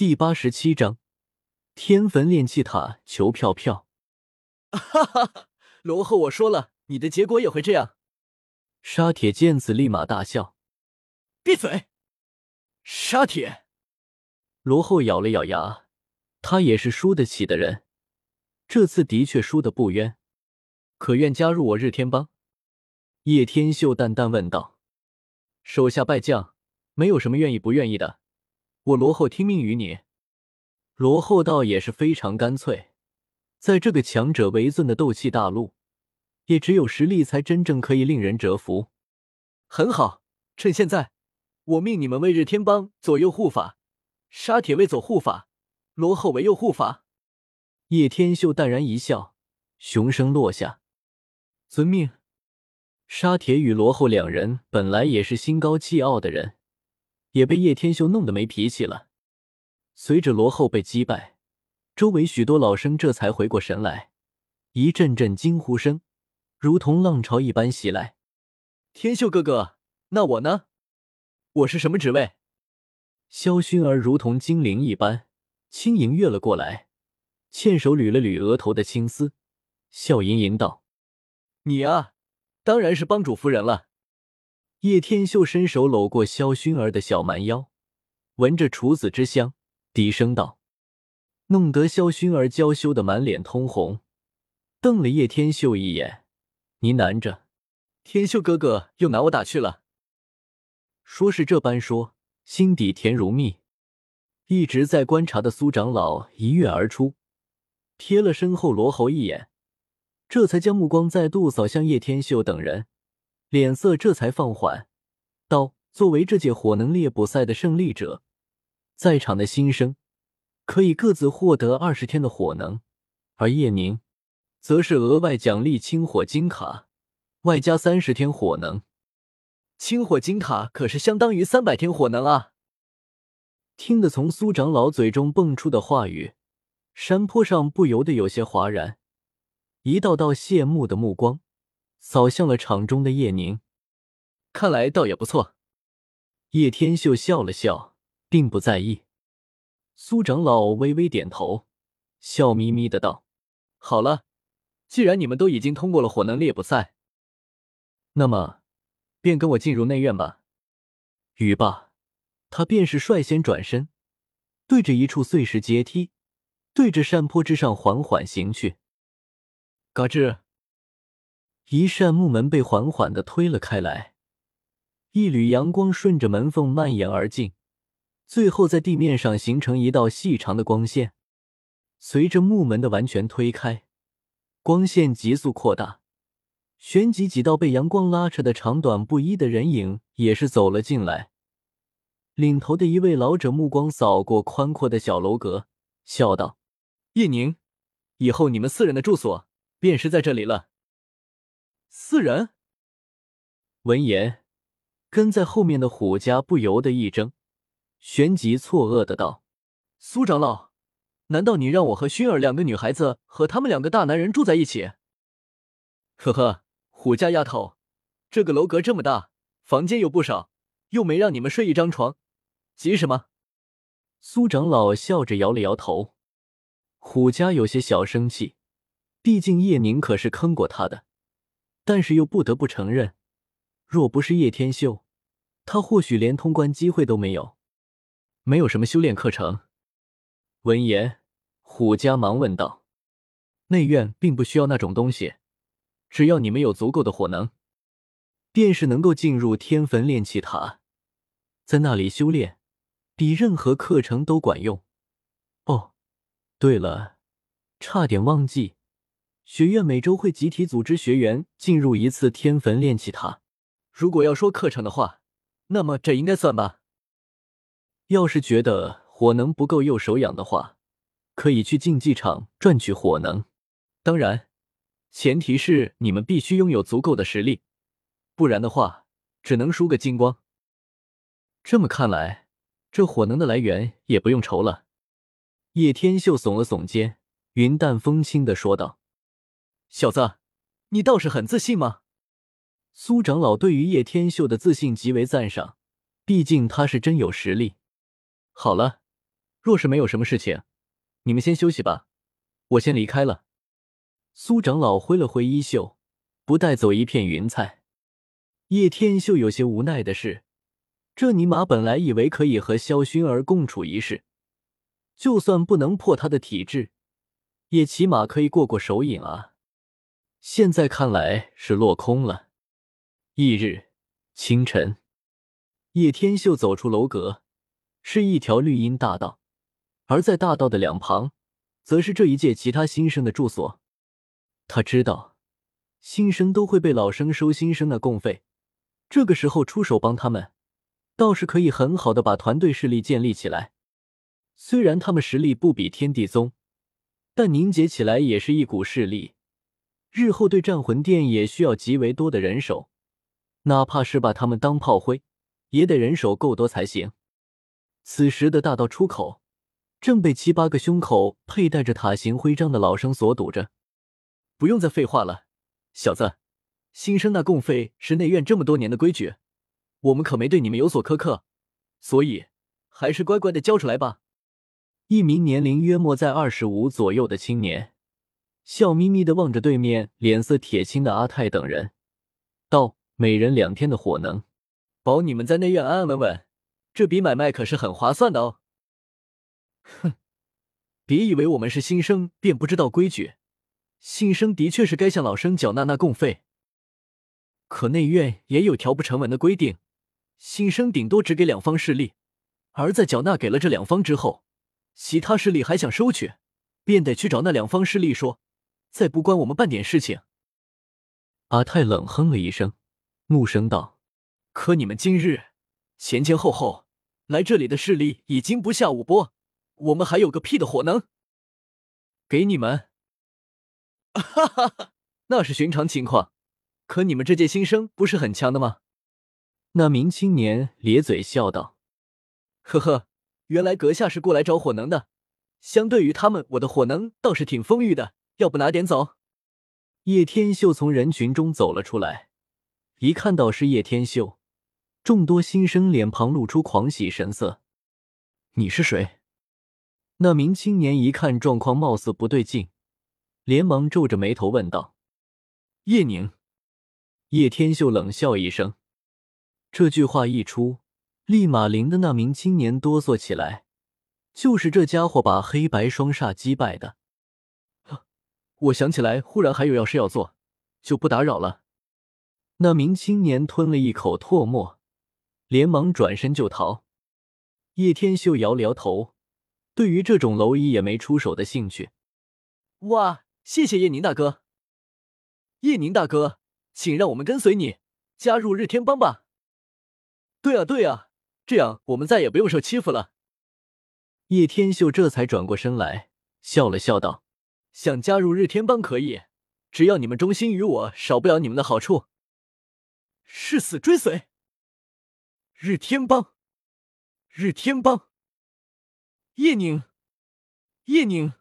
第87章天坟炼气塔求票票。 哈哈哈，罗后，我说了，你的结果也会这样。 沙铁见此立马大笑。 闭嘴！沙铁。 罗后咬了咬牙，他也是输得起的人，这次的确输得不冤。可愿加入我日天帮？叶天秀淡淡问道。手下败将，没有什么愿意不愿意的，我罗后听命于你。罗后倒也是非常干脆，在这个强者为尊的斗气大陆，也只有实力才真正可以令人折服。 很好，趁现在，我命你们为日天帮左右护法，沙铁为左护法，罗后为右护法。 叶天秀淡然一笑，雄声落下：遵命。沙铁与罗后两人本来也是心高气傲的人，也被叶天秀弄得没脾气了。随着罗后被击败，周围许多老生这才回过神来，一阵阵惊呼声如同浪潮一般袭来。 天秀哥哥，那我呢？我是什么职位？ 萧薰儿如同精灵一般轻盈跃了过来，欠手捋了捋额头的青丝，笑吟吟道： 你啊，当然是帮主夫人了。 叶天秀伸手搂过萧薰儿的小蛮腰，闻着处子之香，低声道，弄得萧薰儿娇羞的满脸通红，瞪了叶天秀一眼，呢喃着： 天秀哥哥又拿我打去了。 说是这般说，心底甜如蜜。一直在观察的苏长老一跃而出，瞥了身后罗侯一眼，这才将目光再度扫向叶天秀等人，脸色这才放缓，道：作为这届火能猎捕赛的胜利者，在场的新生可以各自获得20天的火能，而叶宁则是额外奖励清火金卡，外加30天火能。 清火金卡可是相当于300天火能啊！ 听得从苏长老嘴中蹦出的话语，山坡上不由得有些哗然，一道道羡慕的目光扫向了场中的叶宁。 看来倒也不错。 叶天秀笑了笑，并不在意。苏长老微微点头，笑眯眯的道： 好了，既然你们都已经通过了火能猎捕赛， 那么便跟我进入内院吧。语罢，他便是率先转身，对着一处碎石阶梯，对着山坡之上缓缓行去。 嘎吱， 一扇木门被缓缓地推了开来，一缕阳光顺着门缝蔓延而进，最后在地面上形成一道细长的光线。随着木门的完全推开，光线急速扩大，旋即几道被阳光拉扯的长短不一的人影也是走了进来。领头的一位老者目光扫过宽阔的小楼阁，笑道： 叶宁，以后你们4人的住所便是在这里了。4人？ 闻言，跟在后面的虎家不由得一怔，旋即错愕的道： 苏长老，难道你让我和薰儿2个女孩子和他们2个大男人住在一起？呵呵，虎家丫头，这个楼阁这么大，房间有不少，又没让你们睡一张床，急什么？ 苏长老笑着摇了摇头。虎家有些小生气，毕竟叶宁可是坑过他的，但是又不得不承认，若不是叶天秀，他或许连通关机会都没有。没有什么修炼课程。闻言，虎家忙问道：内院并不需要那种东西，只要你们有足够的火能，便是能够进入天坟炼气塔，在那里修炼，比任何课程都管用。哦，对了，差点忘记，学院每周会集体组织学员进入一次天坟炼气塔。 如果要说课程的话，那么这应该算吧。 要是觉得火能不够又手痒的话，可以去竞技场赚取火能。当然，前提是你们必须拥有足够的实力，不然的话，只能输个精光。这么看来，这火能的来源也不用愁了。叶天秀耸了耸肩，云淡风轻地说道： 小子，你倒是很自信吗？ 苏长老对于叶天秀的自信极为赞赏，毕竟他是真有实力。好了， 若是没有什么事情，你们先休息吧，我先离开了。 苏长老挥了挥衣袖，不带走一片云彩。叶天秀有些无奈的是，这尼玛本来以为可以和萧薰儿共处一室，就算不能破他的体质，也起码可以过过手瘾啊。现在看来是落空了。翌日清晨，叶天秀走出楼阁，是一条绿荫大道，而在大道的两旁，则是这一届其他新生的住所。他知道，新生都会被老生收新生的供费，这个时候出手帮他们，倒是可以很好的把团队势力建立起来。虽然他们实力不比天地宗，但凝结起来也是一股势力，日后对战魂殿也需要极为多的人手，哪怕是把他们当炮灰，也得人手够多才行。此时的大道出口正被7、8个胸口佩戴着塔形徽章的老生所堵着。 不用再废话了，小子，新生纳供费是内院这么多年的规矩，我们可没对你们有所苛刻，所以还是乖乖的交出来吧。 一名年龄约莫在25左右的青年，笑眯眯地望着对面脸色铁青的阿泰等人，道：“每人2天的火能， 保你们在内院安安稳稳，这笔买卖可是很划算的哦。”哼，别以为我们是新生便不知道规矩，新生的确是该向老生缴纳供费，可内院也有条不成文的规定，新生顶多只给2方势力，而在缴纳给了这2方之后，其他势力还想收取，便得去找那2方势力说，再不关我们半点事情。 阿泰冷哼了一声，怒声道：“ 可你们今日前前后后来这里的势力已经不下5波，我们还有个屁的火能给你们？哈哈哈，那是寻常情况，可你们这届新生不是很强的吗？” 那名青年咧嘴笑道：“ 呵呵，原来阁下是过来找火能的，相对于他们，我的火能倒是挺丰裕的，要不拿点走？” 叶天秀从人群中走了出来，一看到是叶天秀，众多新生脸庞露出狂喜神色。 “你是谁？” 那名青年一看状况貌似不对劲，连忙皱着眉头问道：“ 叶宁。” 叶天秀冷笑一声，这句话一出，立马令的那名青年哆嗦起来，就是这家伙把黑白双煞击败的。 我想起来，忽然还有要事要做，就不打扰了。 那名青年吞了一口唾沫，连忙转身就逃。叶天秀摇了摇头，对于这种蝼蚁也没出手的兴趣。 哇，谢谢叶宁大哥。叶宁大哥，请让我们跟随你，加入日天帮吧。对啊对啊，这样我们再也不用受欺负了。 叶天秀这才转过身来，笑了笑道：“ 想加入日天帮可以，只要你们忠心于我，少不了你们的好处。誓死追随日天帮，日天帮。叶宁，叶宁。”